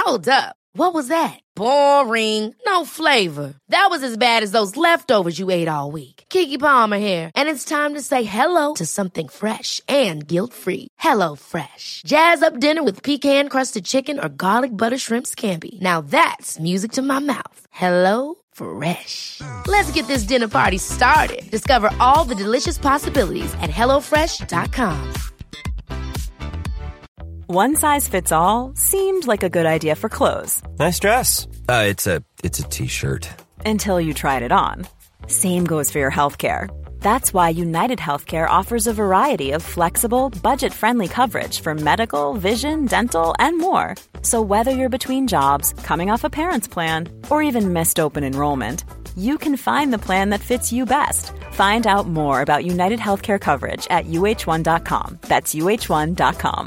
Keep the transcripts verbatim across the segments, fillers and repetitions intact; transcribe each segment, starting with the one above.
Hold up. What was that? Boring. No flavor. That was as bad as those leftovers you ate all week. Keke Palmer here, and it's time to say hello to something fresh and guilt-free. Hello Fresh. Jazz up dinner with pecan-crusted chicken or garlic butter shrimp scampi. Now that's music to my mouth. Hello Fresh. Let's get this dinner party started. Discover all the delicious possibilities at hello fresh dot com. One size fits all seemed like a good idea for clothes. Nice dress. Uh, it's a it's a t-shirt. Until you tried it on. Same goes for your healthcare. That's why United Healthcare offers a variety of flexible, budget-friendly coverage for medical, vision, dental, and more. So whether you're between jobs, coming off a parent's plan, or even missed open enrollment, you can find the plan that fits you best. Find out more about United Healthcare coverage at U H one dot com. That's U H one dot com.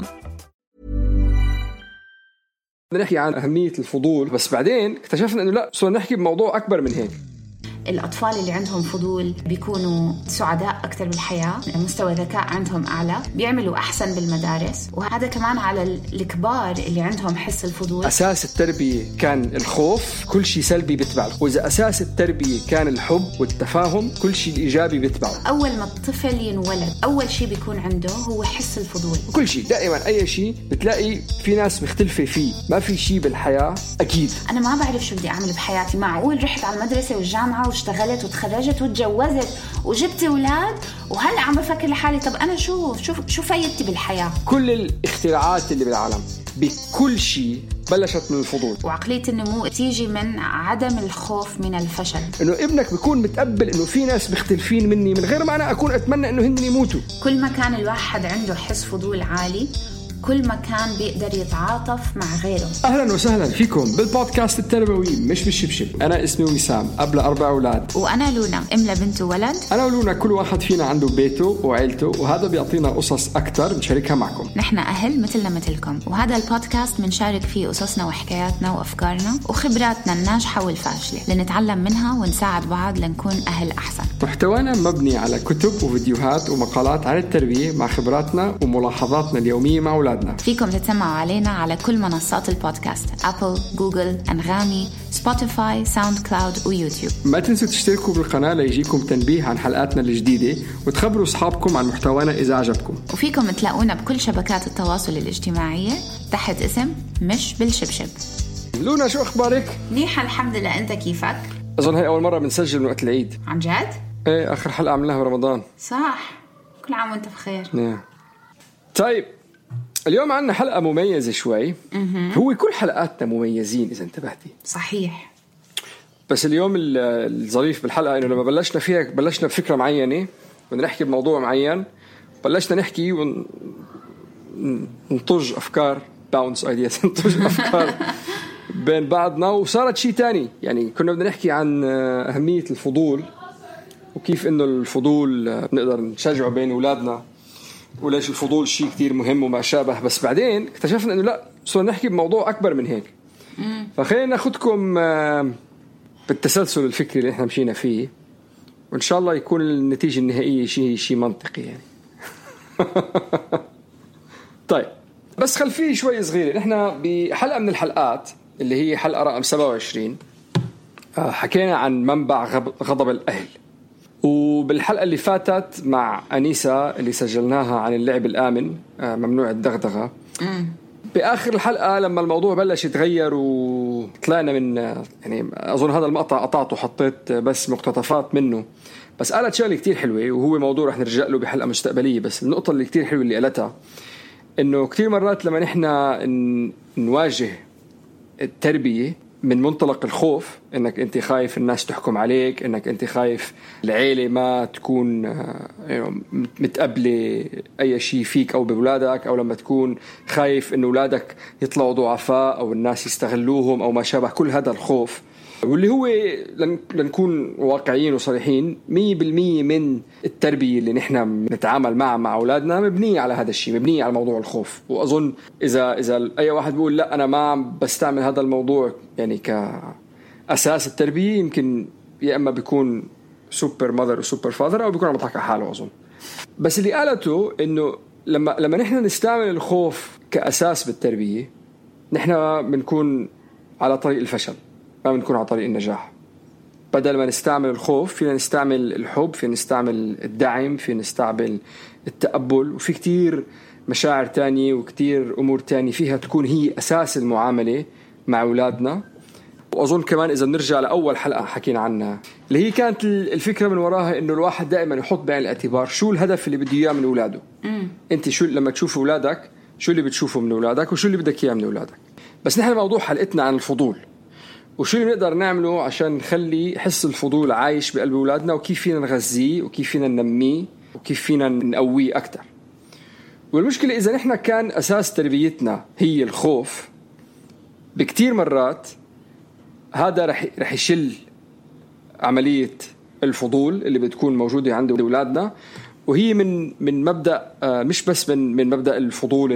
نحكي عن أهمية الفضول، بس بعدين اكتشفنا إنه لا، صرنا نحكي بموضوع أكبر من هيك. الأطفال اللي عندهم فضول بيكونوا سعداء أكتر بالحياة، مستوى ذكاء عندهم أعلى، بيعملوا أحسن بالمدارس، وهذا كمان على الكبار اللي عندهم حس الفضول. أساس التربية كان الخوف، كل شيء سلبي بيتبعه، وإذا أساس التربية كان الحب والتفاهم كل شيء إيجابي بيتبعه. أول ما الطفل ينولد أول شيء بيكون عنده هو حس الفضول. كل شيء دائما أي شيء بتلاقي في ناس مختلفة فيه، ما في شيء بالحياة أكيد. أنا ما بعرف شو بدي أعمل بحياتي، معقول رحت على المدرسة والجامعة واشتغلت وتخرجت وتجوزت وجبت أولاد وهلأ عم بفكر لحالي طب أنا شو شو شو فايدتي بالحياة؟ كل الاختراعات اللي بالعالم بكل شيء بلشت من الفضول. وعقلية النمو تيجي من عدم الخوف من الفشل، إنه ابنك بيكون متقبل إنه في ناس مختلفين مني من غير ما أنا أكون أتمنى إنه هن يموتوا. كل ما كان الواحد عنده حس فضول عالي كل ما كان بيقدر يتعاطف مع غيره. أهلا وسهلا فيكم بالبودكاست التربوي مش بالشبشب. أنا اسمي وسام، أب لأربع أولاد. وأنا لونا، أم لبنت وولد. أنا ولونا كل واحد فينا عنده بيته وعيلته، وهذا بيعطينا قصص أكتر نشاركها معكم. نحن أهل مثلنا مثلكم، وهذا البودكاست منشارك فيه قصصنا وحكاياتنا وأفكارنا وخبراتنا الناجحة والفاشلة لنتعلم منها ونساعد بعض لنكون أهل أحسن. محتوانا مبني على كتب وفيديوهات ومقالات عن التربية مع خبراتنا وملاحظاتنا اليومية مع أولادنا. فيكم تتسمعوا علينا على كل منصات البودكاست: أبل، جوجل، أنغامي، سبوتيفاي، ساوند كلاود ويوتيوب. ما تنسوا تشتركوا بالقناة ليجيكم تنبيه عن حلقاتنا الجديدة، وتخبروا أصحابكم عن محتوانا إذا عجبكم. وفيكم تلاقونا بكل شبكات التواصل الاجتماعية تحت اسم مش بالشبشب. لونا شو أخبارك؟ منيحة الحمد لله، أنت كيفك؟ أظن هي أول مرة بنسجل من وقت العيد. عن جد؟ إيه، آخر حلقة عملناها برمضان. صح، كل عام وأنت بخير. نعم. طيب اليوم عنا حلقة مميزة شوي. هو كل حلقاتنا مميزين إذا انتبهتي. صحيح. بس اليوم الظريف بالحلقة إنه لما بلشنا فيها بلشنا بفكرة معينة ونحكي بموضوع معين، بلشنا نحكي ونطج أفكار باونس ايدياز نطج أفكار بين بعضنا وصارت شيء تاني. يعني كنا بدنا نحكي عن أهمية الفضول وكيف إنه الفضول بنقدر نشجعه بين أولادنا، وليش الفضول شيء كتير مهم وما شابه. بس بعدين اكتشفنا انه لا، صرنا نحكي بموضوع اكبر من هيك. فخلينا ناخدكم بالتسلسل الفكري اللي احنا مشينا فيه، وان شاء الله يكون النتيجة النهائية شيء شيء منطقي يعني. طيب بس خلفيه شوي صغيرة. احنا بحلقة من الحلقات اللي هي حلقة رقم سبعة وعشرين حكينا عن منبع غضب الأهل، وبالحلقة اللي فاتت مع أنيسة اللي سجلناها عن اللعب الآمن ممنوع الدغدغة، بآخر الحلقة لما الموضوع بلش يتغير وطلعنا من يعني أظن هذا المقطع قطعته وحطيت بس مقتطفات منه، بس قالت شغلة كتير حلوة وهو موضوع رح نرجع له بحلقة مستقبلية. بس النقطة اللي كتير حلوة اللي قالتها إنه كتير مرات لما نحنا نواجه التربية من منطلق الخوف، انك انت خايف الناس تحكم عليك، انك انت خايف العيلة ما تكون متقبلة اي شيء فيك او بولادك، او لما تكون خايف ان اولادك يطلعوا ضعفاء او الناس يستغلوهم او ما شابه كل هذا الخوف، واللي هو لنكون واقعيين وصريحين مية بالمية من التربية اللي نحن نتعامل معها مع أولادنا مبنية على هذا الشيء، مبنية على موضوع الخوف. وأظن إذا إذا أي واحد بيقول لا أنا ما بستعمل هذا الموضوع يعني كأساس التربية، يمكن يا إما بيكون سوبر ماذر وسوبر فاذر أو بيكون عم يضحك على حاله أظن. بس اللي قالته إنه لما لما نحن نستعمل الخوف كأساس بالتربية، نحن بنكون على طريق الفشل، ما بنكون على طريق النجاح. بدل ما نستعمل الخوف فينا نستعمل الحب، فينا نستعمل الدعم، فينا نستعمل التقبل، وفي كتير مشاعر تانية وكتير أمور تانية فيها تكون هي أساس المعاملة مع أولادنا. وأظن كمان إذا نرجع لأول حلقة حكينا عنها اللي هي كانت الفكرة من وراها إنه الواحد دائما يحط بعين الاعتبار شو الهدف اللي بده إياه من أولاده. أنت شو لما تشوف أولادك شو اللي بتشوفه من أولادك وشو اللي بدك إياه من أولادك. بس نحن موضوع حلقتنا عن الفضول، وشو اللي نقدر نعمله عشان نخلي حس الفضول عايش بقلب أولادنا، وكيف فينا نغذيه وكيف فينا ننميه وكيف فينا نقويه أكتر. والمشكلة إذا نحن كان أساس تربيتنا هي الخوف، بكتير مرات هذا رح رح يشل عملية الفضول اللي بتكون موجودة عند أولادنا. وهي من من مبدأ مش بس من من مبدأ الفضول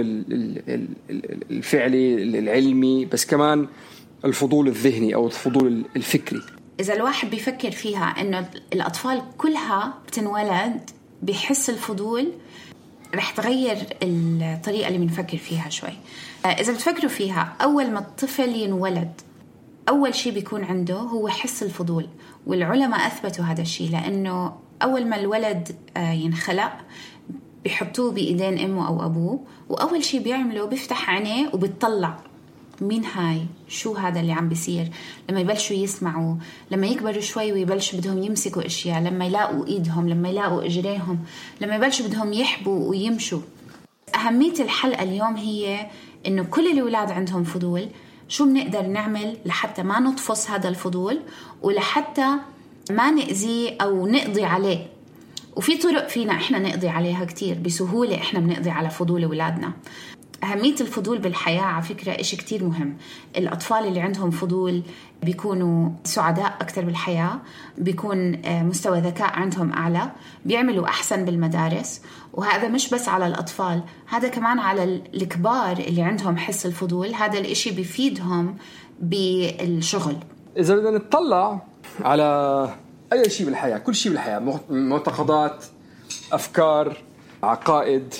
الفعلي العلمي، بس كمان الفضول الذهني أو الفضول الفكري. إذا الواحد بيفكر فيها إنه الأطفال كلها بتنولد بحس الفضول، رح تغير الطريقة اللي بنفكر فيها شوي. إذا بتفكروا فيها، أول ما الطفل ينولد أول شيء بيكون عنده هو حس الفضول، والعلماء أثبتوا هذا الشيء، لأنه أول ما الولد ينخلق بيحطوه بإيدين أمه أو أبوه، وأول شيء بيعمله بيفتح عينيه وبيطلع مين هاي، شو هذا اللي عم بيصير. لما يبلشوا يسمعوا، لما يكبروا شوي ويبلشوا بدهم يمسكوا أشياء، لما يلاقوا إيدهم، لما يلاقوا إجريهم، لما يبلشوا بدهم يحبوا ويمشوا. أهمية الحلقة اليوم هي إنه كل الأولاد عندهم فضول، شو بنقدر نعمل لحتى ما نطفص هذا الفضول ولحتى ما نأذيه أو نقضي عليه. وفي طرق فينا إحنا نقضي عليها كتير بسهولة، إحنا بنقضي على فضول أولادنا. أهمية الفضول بالحياة على فكرة إشي كتير مهم. الأطفال اللي عندهم فضول بيكونوا سعداء أكتر بالحياة، بيكون مستوى ذكاء عندهم أعلى، بيعملوا أحسن بالمدارس. وهذا مش بس على الأطفال، هذا كمان على الكبار اللي عندهم حس الفضول. هذا الإشي بيفيدهم بالشغل. إذا بدنا نتطلع على أي شيء بالحياة، كل شيء بالحياة، معتقدات، أفكار، عقائد،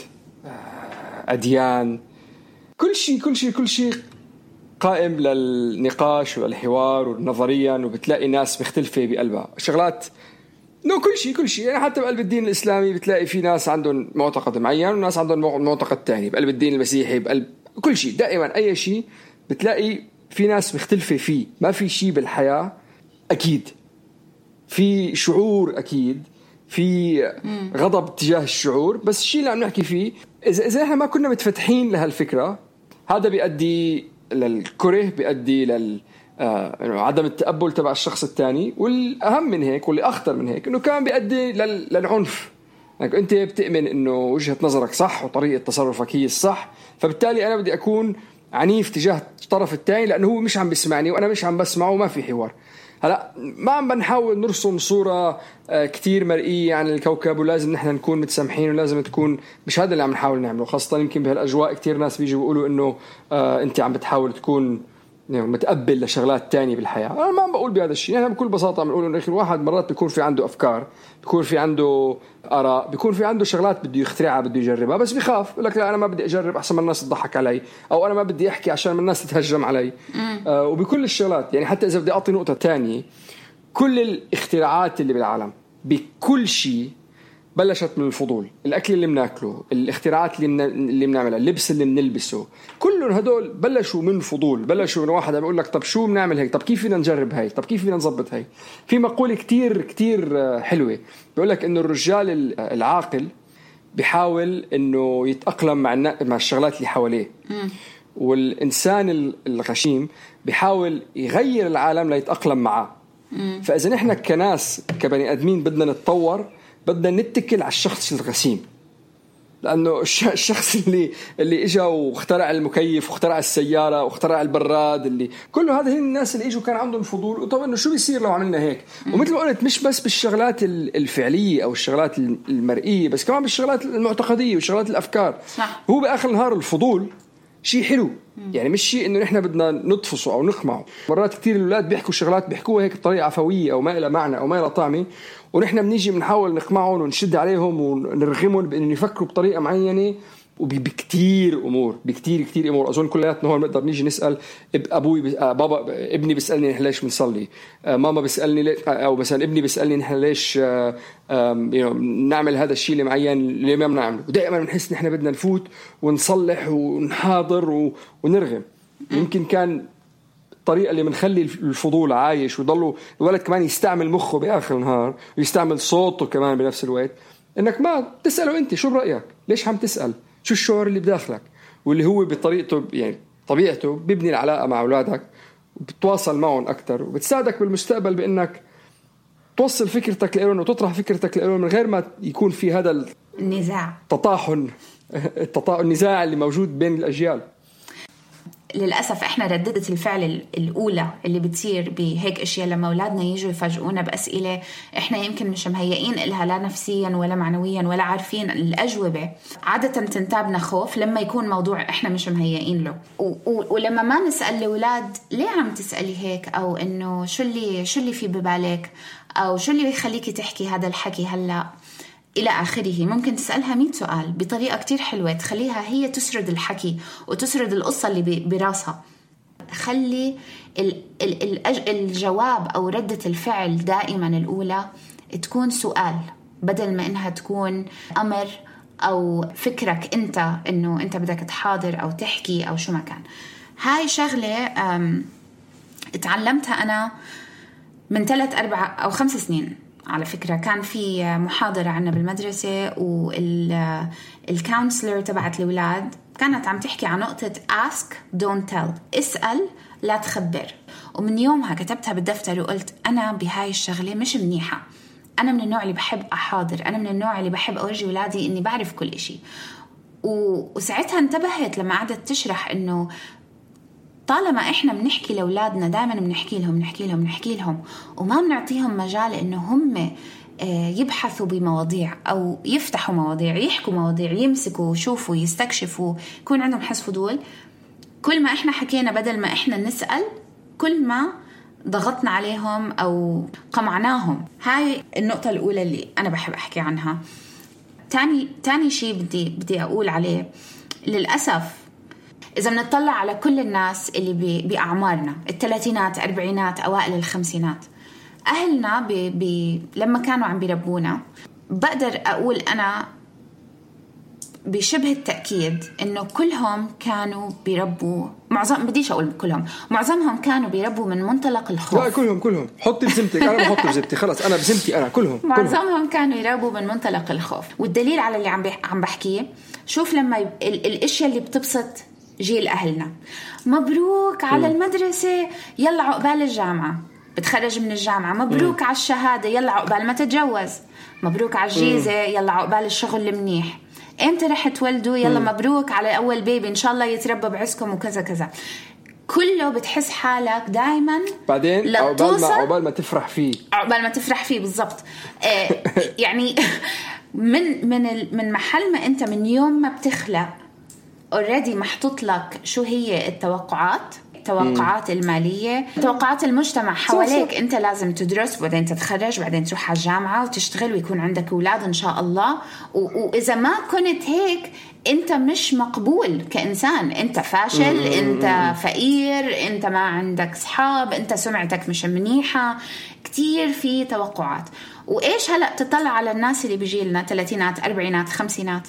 أديان، كل شيء كل شيء كل شيء قائم للنقاش والحوار ونظريا، وبتلاقي ناس مختلفة بقلبها شغلات. نو كل شيء كل شيء يعني حتى بقلب الدين الإسلامي بتلاقي في ناس عندهم معتقد معين وناس عندهم معتقد تاني. بقلب الدين المسيحي، بقلب كل شيء، دائما أي شيء بتلاقي في ناس مختلفة فيه. ما في شيء بالحياة أكيد، في شعور أكيد، في غضب تجاه الشعور، بس الشيء اللي عم نحكي فيه إذا إذا إحنا ما كنا متفتحين لهالفكرة، هذا بيؤدي للكره، بيؤدي لل آه عدم التقبل تبع الشخص الثاني، والأهم من هيك واللي أخطر من هيك إنه كمان بيؤدي لل... للعنف. يعني أنت بتؤمن إنه وجهة نظرك صح وطريقة تصرفك هي الصح، فبالتالي أنا بدي أكون عنيف تجاه الطرف الثاني لأنه هو مش عم بيسمعني وأنا مش عم بسمعه وما في حوار. هلا ما عم بنحاول نرسم صورة كتير مرئية عن الكوكب ولازم نحن نكون متسامحين ولازم تكون، مش هذا اللي عم نحاول نعمله. خاصة يمكن بهالأجواء كتير ناس بيجوا بيقولوا إنه آه أنت عم بتحاول تكون متقبل لشغلات تانية بالحياة. أنا ما عم بقول بهذا الشيء، أنا يعني بكل بساطة عم بقول إنه الواحد مرات بيكون في عنده أفكار، بيكون في عنده آراء، بيكون في عنده شغلات بده يخترعها بده يجربها، بس بيخاف يقول لك لا أنا ما بدي أجرب أحسن من الناس تضحك علي، أو أنا ما بدي أحكي عشان من الناس تتهجم علي. آه وبكل الشغلات يعني حتى إذا بدي أعطي نقطة تانية، كل الاختراعات اللي بالعالم بكل شيء بلشت من الفضول. الأكل اللي بناكله، الاختراعات اللي من... اللي بنعملها، اللبس اللي بنلبسه، كلهم هدول بلشوا من فضول. بلشوا من واحد بيقول لك طب شو بنعمل هيك، طب كيف فينا نجرب هاي، طب كيف فينا نظبط هاي. في مقولة كتير كتير حلوة بيقول لك إنه الرجال العاقل بيحاول إنه يتأقلم مع النا... مع الشغلات اللي حواليه، والإنسان الغشيم بيحاول يغير العالم ليتأقلم معه. فإذا نحن كناس كبني أدمين بدنا نتطور، بدنا نتكل على الشخص الغسيم، لأنه الشخص اللي اللي إجا واخترع المكيف واخترع السيارة واخترع البراد، اللي كله هذا هي الناس اللي إجوا كان عندهم فضول. وطبعا إنه شو بيصير لو عملنا هيك. ومثل ما قلت مش بس بالشغلات الفعلية أو الشغلات المرئية، بس كمان بالشغلات المعتقدية وشغلات الأفكار. صح. هو بآخر النهار الفضول شيء حلو، يعني مش شيء إنه نحن بدنا نطفصه أو نقمعه. مرات كتير الأولاد بيحكوا شغلات بيحكوها هيك بطريقة عفوية أو ما لها معنى أو ما لها طعمة، ونحن بنيجي بنحاول نقمعهم ونشد عليهم ونرغمهم بأنه يفكروا بطريقة معينة وبكتير امور بكتير كتير امور. اظن كلياتنا هون بنقدر نيجي نسال ابوي بس... بابا ابني بيسالني نحن ليش بنصلي، ماما بيسالني لي... او مثلا ابني بيسالني نحن ليش يو نعمل هذا الشيء اللي معين اللي ما بنعمله. ودائما بنحس نحن بدنا نفوت ونصلح ونحاضر و... ونرغم. يمكن كان الطريقه اللي بنخلي الفضول عايش ويضلوا الولد كمان يستعمل مخه باخر النهار ويستعمل صوته كمان بنفس الوقت، انك ما تساله انت شو برايك، ليش عم تسال، شو الشعور اللي بداخلك، واللي هو بطريقته يعني طبيعته بيبني العلاقه مع اولادك وبتواصل معهم اكثر وبتساعدك بالمستقبل بانك توصل فكرتك لهم وتطرح فكرتك لهم من غير ما يكون في هذا النزاع التطاحن التطاحن النزاع اللي موجود بين الاجيال. للأسف إحنا ردة الفعل الأولى اللي بتصير بهيك أشياء لما أولادنا يجوا يفاجئونا بأسئلة إحنا يمكن مش مهيئين إلها لا نفسيا ولا معنويا ولا عارفين الأجوبة، عادة تنتابنا خوف لما يكون موضوع إحنا مش مهيئين له. و- و- ولما ما نسأل الأولاد ليه عم تسألي هيك، أو إنه شو اللي شو اللي في ببالك، أو شو اللي يخليكي تحكي هذا الحكي هلأ إلى آخره، ممكن تسألها مئة سؤال بطريقة كتير حلوة تخليها هي تسرد الحكي وتسرد القصة اللي براسها. خلي ال ال ال الجواب أو ردة الفعل دائما الأولى تكون سؤال بدل ما إنها تكون أمر أو فكرك أنت إنه أنت بدك تحاضر أو تحكي أو شو ما كان. هاي شغلة اتعلمتها أنا من ثلاث أربع أو خمس سنين على فكرة. كان في محاضرة عنا بالمدرسة والكونسلر تبعت الأولاد كانت عم تحكي عن نقطة ask don't tell، اسأل لا تخبر. ومن يومها كتبتها بالدفتر وقلت أنا بهاي الشغلة مش منيحة، أنا من النوع اللي بحب أحاضر، أنا من النوع اللي بحب أورجي أولادي إني بعرف كل إشي. وساعتها انتبهت لما قعدت تشرح إنه طالما إحنا بنحكي لأولادنا دائما بنحكي لهم نحكي لهم نحكي لهم وما بنعطيهم مجال إنه هم يبحثوا بمواضيع أو يفتحوا مواضيع، يحكوا مواضيع، يمسكوا يشوفوا يستكشفوا، يكون عندهم حس فضول. كل ما إحنا حكينا بدل ما إحنا نسأل كل ما ضغطنا عليهم أو قمعناهم. هاي النقطة الأولى اللي أنا بحب أحكي عنها. تاني تاني شيء بدي بدي أقول عليه، للأسف إذا بنطلع على كل الناس اللي بأعمارنا الثلاثينات أربعينات أوائل الخمسينات، أهلنا بي بي لما كانوا عم بيربونا، بقدر أقول أنا بشبه التأكيد إنه كلهم كانوا بيربوا، معظم بديش أقول كلهم، معظمهم كانوا بيربوا من منطلق الخوف. لا كلهم كلهم حطي بزمتك، أنا بحط بزمتي خلاص، أنا بزمتي أنا كلهم معظمهم كلهم. كانوا يربوا من منطلق الخوف. والدليل على اللي عم عم بحكيه، شوف لما ال الأشياء اللي بتبسط جيل أهلنا، مبروك على المدرسة، يلا عقبال الجامعة، بتخرج من الجامعة، مبروك م. على الشهادة، يلا عقبال ما تتجوز، مبروك على الجيزة، يلا عقبال الشغل المنيح، امتى رح تولدوا، يلا م. مبروك على أول بيبي، إن شاء الله يتربى بعزكم وكذا كذا. كله بتحس حالك دايما بعدين عقبال ما عقبال ما تفرح فيه عقبال ما تفرح فيه بالضبط. آه يعني من من من محل ما أنت من يوم ما بتخلق already محطوط لك شو هي التوقعات، التوقعات المالية، توقعات المجتمع حواليك. انت لازم تدرس وبعدين تتخرج وبعدين تروح على الجامعة وتشتغل ويكون عندك أولاد إن شاء الله. وإذا ما كنت هيك انت مش مقبول كإنسان، انت فاشل، انت فقير، انت ما عندك صحاب، انت سمعتك مش منيحة. كتير في توقعات. وإيش هلأ تطلع على الناس اللي بيجيلنا ثلاثينات أربعينات خمسينات،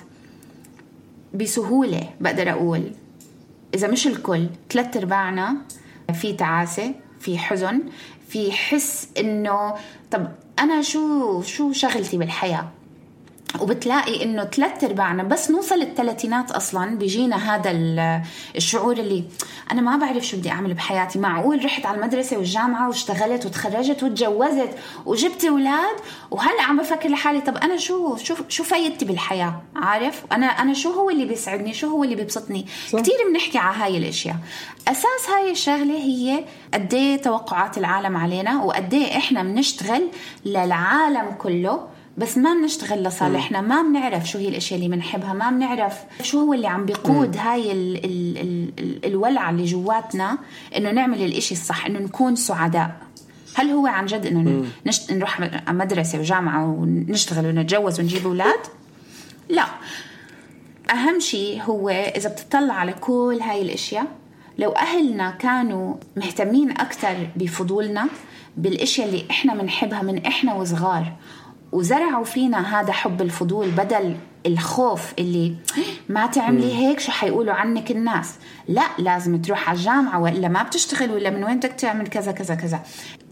بسهولة بقدر أقول إذا مش الكل، ثلاث أرباعنا في تعاسة، في حزن، في حس إنه طب أنا شو شو شغلتي بالحياة. وبتلاقي إنه ثلاث أرباعنا بس نوصل الثلاثينات أصلاً بيجينا هذا الشعور اللي أنا ما بعرف شو بدي أعمل بحياتي. معقول رحت على المدرسة والجامعة واشتغلت وتخرجت وتجوزت وجبت أولاد وهلأ عم بفكر لحالي طب أنا شو شو شو فايدتي بالحياة؟ عارف أنا أنا شو هو اللي بيسعدني، شو هو اللي بيبسطني؟ كتير بنحكي على هاي الأشياء. أساس هاي الشغلة هي قديه توقعات العالم علينا وقديه إحنا بنشتغل للعالم كله، بس ما بنشتغل لصالحنا. ما بنعرف شو هي الاشياء اللي بنحبها، ما بنعرف شو هو اللي عم بيقود هاي ال ال ال ال الولعة اللي جواتنا انه نعمل الاشي الصح، انه نكون سعداء. هل هو عن جد انه نشت... نروح مدرسة وجامعة ونشتغل ونتجوز ونجيب اولاد؟ لا. أهم شيء هو إذا بتطلع على كل هاي الأشياء، لو أهلنا كانوا مهتمين أكتر بفضولنا، بالأشياء اللي إحنا منحبها من إحنا وصغار، وزرعوا فينا هذا حب الفضول بدل الخوف اللي ما تعملي هيك شو حيقولوا عنك الناس، لا لازم تروح على الجامعة وإلا ما بتشتغل، ولا من وين بدك تعمل كذا كذا كذا.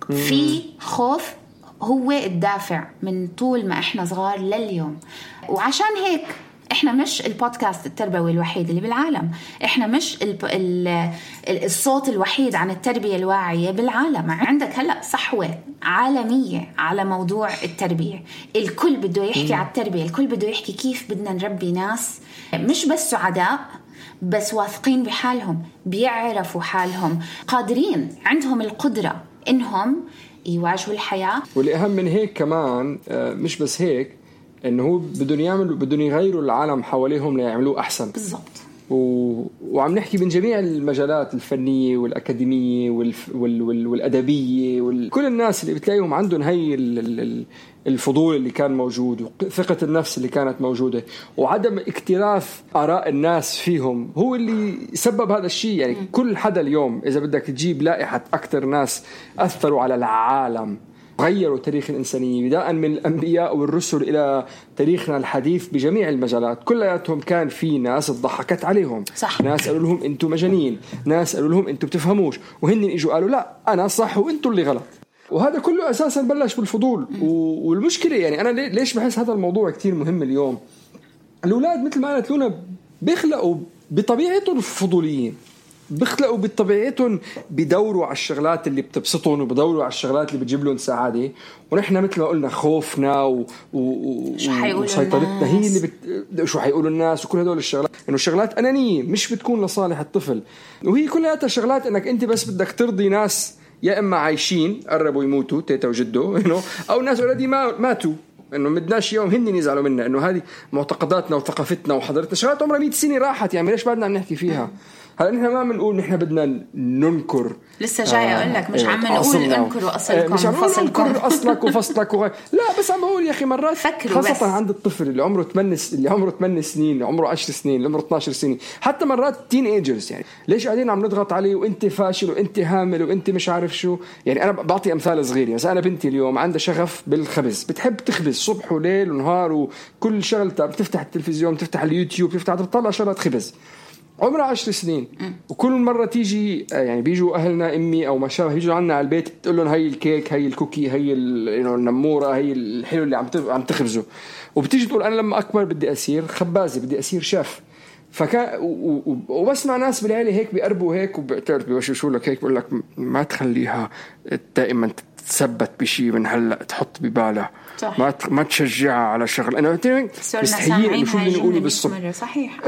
في خوف هو الدافع من طول ما إحنا صغار لليوم. وعشان هيك إحنا مش البودكاست التربوي الوحيد اللي بالعالم، إحنا مش ال ال الصوت الوحيد عن التربية الواعية بالعالم. عندك هلأ صحوة عالمية على موضوع التربية، الكل بده يحكي على التربية، الكل بده يحكي كيف بدنا نربي ناس مش بس سعداء، بس واثقين بحالهم، بيعرفوا حالهم، قادرين، عندهم القدرة إنهم يواجهوا الحياة. والأهم من هيك كمان مش بس هيك، انه هو بدهم يعملوا بدهم يغيروا العالم حواليهم ليعملوه احسن. بالضبط. و... وعم نحكي من جميع المجالات الفنيه والاكاديميه والف... وال... وال... والادبيه وال... كل الناس اللي بتلاقيهم عندهم هي ال... الفضول اللي كان موجود، وثقه النفس اللي كانت موجوده، وعدم اكتراث اراء الناس فيهم هو اللي سبب هذا الشيء. يعني م. كل حدا اليوم اذا بدك تجيب لائحه اكثر ناس اثروا على العالم، غيروا تاريخ الإنسانية، بداء من الأنبياء والرسل إلى تاريخنا الحديث بجميع المجالات، كلياتهم كان في ناس ضحكت عليهم. صح. ناس قالوا لهم أنتم مجانين، ناس قالوا لهم أنتم بتفهموش، وهن إجوا قالوا لا أنا صح وأنتم اللي غلط. وهذا كله أساسا بلش بالفضول. والمشكلة يعني أنا ليش بحس هذا الموضوع كتير مهم اليوم، الأولاد مثل ما قالت لونا بيخلقوا بطبيعتهم فضوليين، بيخلقوا بطبيعتهم بدوروا على الشغلات اللي بتبسطهم وبدوروا على الشغلات اللي بتجيب لهم سعادة. ونحن مثل ما قلنا خوفنا و... و... وسيطرتنا هي اللي بت... شو حيقولوا الناس وكل هدول الشغلات، إنه شغلات أنانية مش بتكون لصالح الطفل، وهي كلها شغلات إنك أنت بس بدك ترضي ناس يا إما عايشين قربوا يموتوا تيتا وجدو إنه، أو ناس أولادي ما ماتوا إنه مدناش يوم هن يزعلوا منا، إنه هذه معتقداتنا وثقافتنا وحضرتنا شغلات عمرها مئة سنة راحت، يعني ليش بعدنا عم نحكي فيها؟ هلا نحن ما بنقول نحن بدنا ننكر، لسه جاي اقول لك مش عم نقول انكروا اصلكم مش عم نقول انكر اصلك وفصلك وغير. لا بس عم بقول يا اخي مرات خاصه بس. عند الطفل اللي عمره ثمانية اللي عمره ثمانية سنين، اللي عمره عشر سنين، اللي عمره اثناشر سنه، حتى مرات تين ايجرز، يعني ليش قاعدين عم نضغط عليه وانت فاشل وانت هامل وانت مش عارف شو. يعني انا بعطي امثال صغيره، بس انا بنتي اليوم عندها شغف بالخبز، بتحب تخبز صبح وليل ونهار، وكل شغلتها بتفتح التلفزيون، بتفتح اليوتيوب، بتفتح تطلع شغلات خبز، عمرها عشر سنين. وكل مرة تيجي يعني بيجوا أهلنا أمي أو ما شابه يجوا عنا على البيت تقول لهم هاي الكيك، هاي الكوكي، هاي النمورة، هاي الحلو اللي عم عم تخبزه، وبتيجي تقول أنا لما أكبر بدي أصير خبازة، بدي أصير شيف. فكان وبسمع ناس بالعيلة هيك بيقربوا هيك وبتعرف بيوشوشوا لك هيك، بقول لك ما تخليها دائما تثبت بشيء من هلا تحط ببالها، ما ما تشجعها على شغل. أنا مستحيل إنه شو بدنا نقوله بالصبح. صحيح.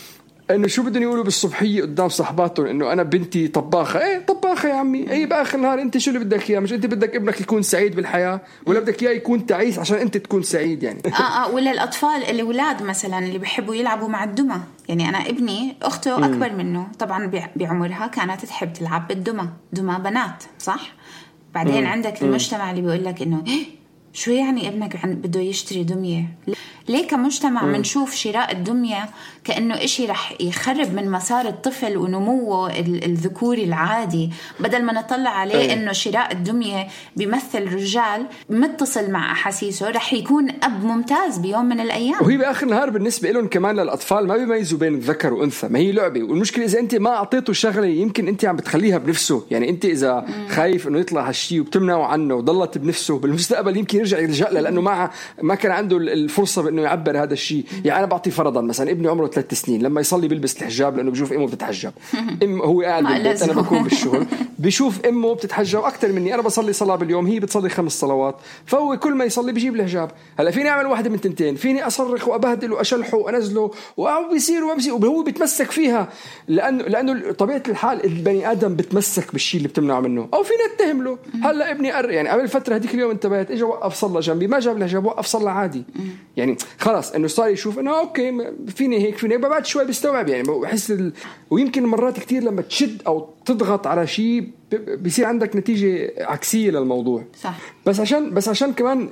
انه شو بدهم يقولوا بالصبحيه قدام صحباتهم انه انا بنتي طباخه. ايه طباخه يا عمي، اي باخر النهار انت شو اللي بدك اياه؟ مش انت بدك ابنك يكون سعيد بالحياه، ولا بدك اياه يكون تعيس عشان انت تكون سعيد يعني؟ اه اه ولا الاطفال الاولاد مثلا اللي بيحبوا يلعبوا مع الدمى. يعني انا ابني اخته اكبر منه طبعا بعمرها كانت تحب تلعب بالدمى، دمى بنات صح. بعدين مم. عندك المجتمع اللي بيقول لك انه شو يعني ابنك بده يشتري دمية؟ ليه كمجتمع منشوف شراء الدمية كأنه إشي رح يخرب من مسار الطفل ونموه الذكوري العادي، بدل ما نطلع عليه أيه. إنه شراء الدمية بيمثل رجال متصل مع أحاسيسه رح يكون أب ممتاز بيوم من الأيام. وهي بآخر النهار بالنسبة لهم كمان للأطفال ما بيميزوا بين الذكر وأنثى، ما هي لعبة. والمشكلة إذا أنت ما أعطيته شغلة يمكن أنت عم بتخليها بنفسه، يعني أنت إذا مم. خايف إنه يطلع هالشي وبتمنعه عنه وضلت بنفسه بالمستقبل يمكن يرجع يرجع له لأنه ما ما كان عنده الفرصة بأنه يعبر هذا الشيء. يعني أنا بعطي فرضا مثلا ابني عمره ثلاث سنين لما يصلي بيلبس الحجاب لأنه بشوف أمه بتتحجب. أم هو قاعد بالبيت أنا بكون بالشغل بيشوف أمه بتتحجب أكتر مني، أنا بصلي صلاة باليوم هي بتصلي خمس صلوات، فهو كل ما يصلي بيجيب الحجاب. هلا فيني أعمل واحدة من تنتين، فيني أصرخ وأبهدل وأشلحه وأنزله وأو بيصير وبيصير وهو بيتمسك فيها لأنه لأنه طبيعة الحال البني آدم بتمسك بالشيء اللي بتمنع منه، أو فينا نتهم له. هلا ابني أر يعني قبل فترة هذيك اليوم انتبهت إجا وقف صلى جنبي ما جاب الحجاب وقف صلى عادي، يعني خلاص إنه صار يشوف إنه أوكي فيني هيك فيني بعد شوي بيستوعب يعني بحس ال... ويمكن مرات كتير لما تشد أو تضغط على شيء بيصير عندك نتيجة عكسية للموضوع. صح. بس عشان بس عشان كمان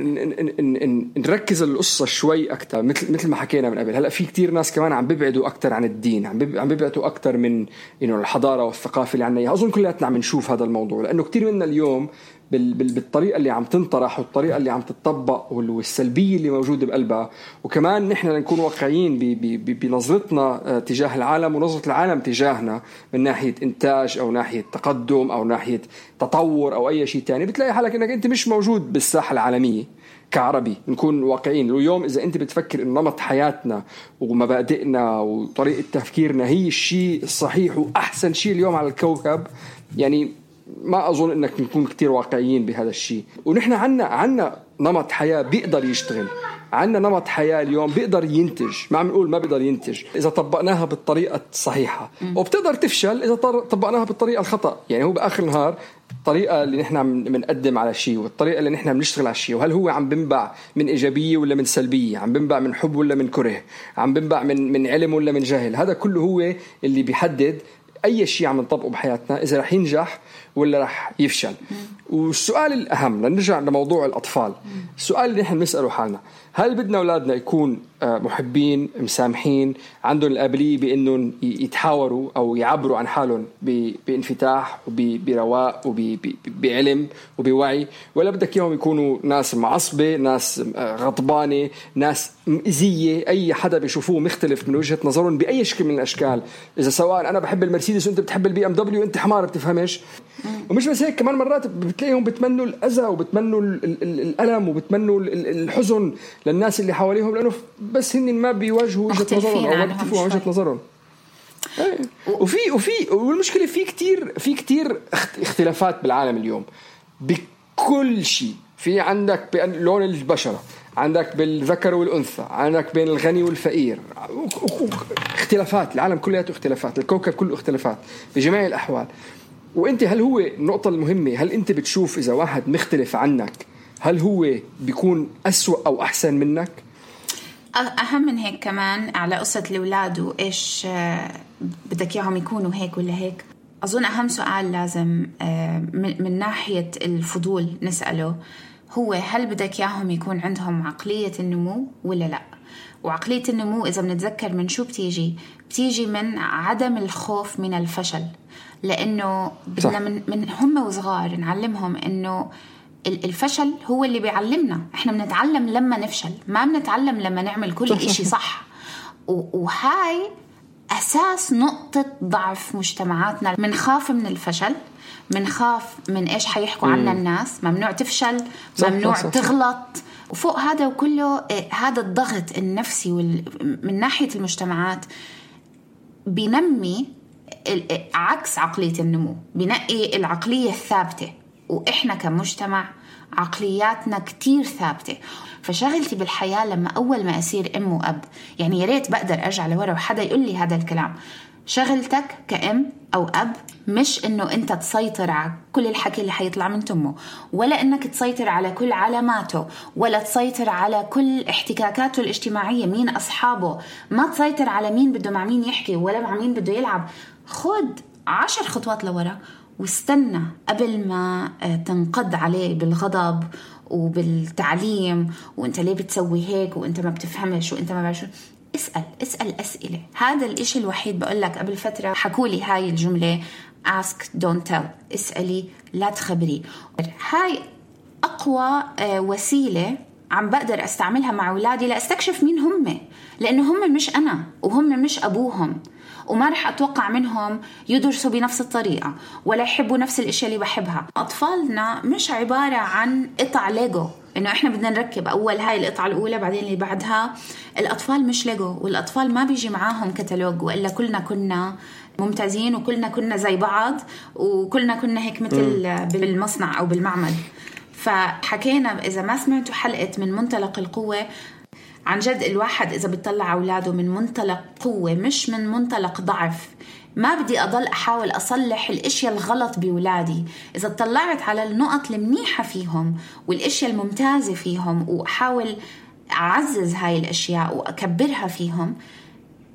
نركز القصة شوي أكتر، مثل مثل ما حكينا من قبل. هلا في كتير ناس كمان عم بيبعدوا أكتر عن الدين، عم عم بيبعدوا أكتر من إنه الحضارة والثقافة اللي عنا إياها. أظن كلياتنا عم نشوف هذا الموضوع، لأنه كتير منا اليوم بالطريقة اللي عم تنطرح والطريقة اللي عم تطبق والسلبية اللي موجودة بقلبها. وكمان نحن نكون واقعيين بنظرتنا تجاه العالم ونظرة العالم تجاهنا من ناحية إنتاج أو ناحية تقدم أو ناحية تطور أو أي شيء تاني. بتلاقي حالك إنك أنت مش موجود بالساحة العالمية كعربي. نكون واقعيين. اليوم إذا أنت بتفكر إن نمط حياتنا ومبادئنا وطريقة تفكيرنا هي الشيء الصحيح وأحسن شيء اليوم على الكوكب، يعني ما أظن إنك نكون كتير واقعيين بهذا الشيء. ونحن عنا عنا نمط حياة بيقدر يشتغل، عنا نمط حياة اليوم بيقدر ينتج. ما عم نقول ما بيقدر ينتج إذا طبقناها بالطريقة الصحيحة، وبتقدر تفشل إذا طبقناها بالطريقة الخطأ. يعني هو بآخر النهار الطريقة اللي نحن بنقدم على الشيء والطريقة اللي نحن بنشتغل على الشيء، وهل هو عم بنبع من إيجابية ولا من سلبية، عم بنبع من حب ولا من كره، عم بنبع من من علم ولا من جهل. هذا كله هو اللي بيحدد أي شيء عم نطبقه بحياتنا إذا رح ينجح ولا رح يفشل. والسؤال الأهم، لنرجع لموضوع الأطفال، السؤال اللي نحن نسأله حالنا: هل بدنا أولادنا يكون محبين مسامحين عندهم القابلية بأنهم يتحاوروا أو يعبروا عن حالهم بانفتاح وبرواء وبعلم وبوعي، ولا بدك إياهم يكونوا ناس معصبة، ناس غضبانة، ناس مئزية، أي حدا بيشوفوه مختلف من وجهة نظرهم بأي شكل من الأشكال؟ إذا سواء أنا بحب المرسيدس وأنت بتحب البي أم دبليو أنت حمار بتفهمش. ومش بس هيك، كمان مرات بتلاقيهم بتمنوا الأذى وبتمنوا الألم وبتمنوا الحزن للناس اللي حواليهم، لأنه بس هن ما بيواجهوا وجهة نظرهم أو ما بيتفقوا وجهة نظرهم. وفي وفي والمشكلة في كتير في كتير اختلافات بالعالم اليوم بكل شيء. في عندك بلون البشرة، عندك بالذكر والأنثى، عندك بين الغني والفقير، اختلافات. العالم كله اختلافات، الكوكب كله اختلافات بجميع الأحوال. وانت هل هو النقطة المهمة، هل انت بتشوف إذا واحد مختلف عنك هل هو بيكون أسوأ أو أحسن منك؟ أهم من هيك كمان على قصة الأولاد وإيش بدك إياهم يكونوا هيك ولا هيك. أظن أهم سؤال لازم من ناحية الفضول نسأله هو: هل بدك إياهم يكون عندهم عقلية النمو ولا لا؟ وعقلية النمو إذا بنتذكر من شو بتيجي بتيجي من عدم الخوف من الفشل. لأنه بدنا من, من هم وصغار نعلمهم أنه الفشل هو اللي بيعلمنا. إحنا بنتعلم لما نفشل، ما بنتعلم لما نعمل كل صح إشي صح. وهاي أساس نقطة ضعف مجتمعاتنا. منخاف من الفشل، منخاف من إيش حيحكوا عنا الناس، ممنوع تفشل، ممنوع صح صح تغلط. وفوق هذا وكله هذا الضغط النفسي من ناحية المجتمعات بينمي عكس عقلية النمو، بنقي العقلية الثابتة. وإحنا كمجتمع عقلياتنا كتير ثابتة. فشغلتي بالحياة لما أول ما أصير أم وأب، يعني يا ريت بقدر أرجع لورا وحدا يقول لي هذا الكلام، شغلتك كأم أو أب مش إنه أنت تسيطر على كل الحكي اللي حيطلع من تمه، ولا إنك تسيطر على كل علاماته، ولا تسيطر على كل احتكاكاته الاجتماعية، مين أصحابه، ما تسيطر على مين بده مع مين يحكي ولا مع مين بده يلعب. خد عشر خطوات لورا واستنى قبل ما تنقض عليه بالغضب وبالتعليم، وانت ليه بتسوي هيك، وانت ما بتفهمش، وانت ما بعرف. اسأل اسأل أسئلة. هذا الاشي الوحيد بقول لك. قبل فترة حكولي هاي الجملة ask don't tell، اسألي لا تخبري. هاي أقوى وسيلة عم بقدر أستعملها مع أولادي لأستكشف مين هم، لأنه هم مش أنا وهم مش أبوهم، وما رح أتوقع منهم يدرسوا بنفس الطريقة ولا يحبوا نفس الاشياء اللي بحبها. أطفالنا مش عبارة عن قطع ليجو إنه إحنا بدنا نركب أول هاي القطعة الأولى بعدين اللي بعدها. الأطفال مش ليجو، والأطفال ما بيجي معاهم كتالوج، وإلا كلنا كنا ممتازين وكلنا كنا زي بعض وكلنا كنا هيك مثل م. بالمصنع أو بالمعمل. فحكينا إذا ما سمعتوا حلقة من منطلق القوة، عن جد الواحد إذا بيطلع أولاده من منطلق قوة مش من منطلق ضعف، ما بدي أضل أحاول أصلح الاشياء الغلط بولادي. إذا اطلعت على النقط المنيحة فيهم والاشياء الممتازة فيهم وأحاول أعزز هاي الاشياء وأكبرها فيهم،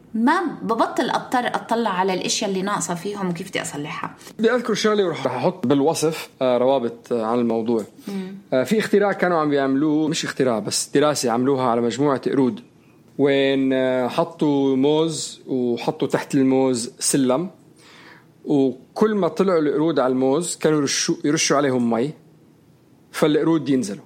ما ببطل أضطر أطلع على الأشياء اللي ناقصة فيهم وكيف بدي أصلحها. بدي أذكر شغلة ورح أحط بالوصف روابط عن الموضوع. مم. في اختراع كانوا عم بيعملوه، مش اختراع بس دراسة عملوها على مجموعة قرود، وين حطوا موز وحطوا تحت الموز سلم، وكل ما طلعوا القرود على الموز كانوا يرشوا, يرشوا عليهم مي فالقرود ينزلوا،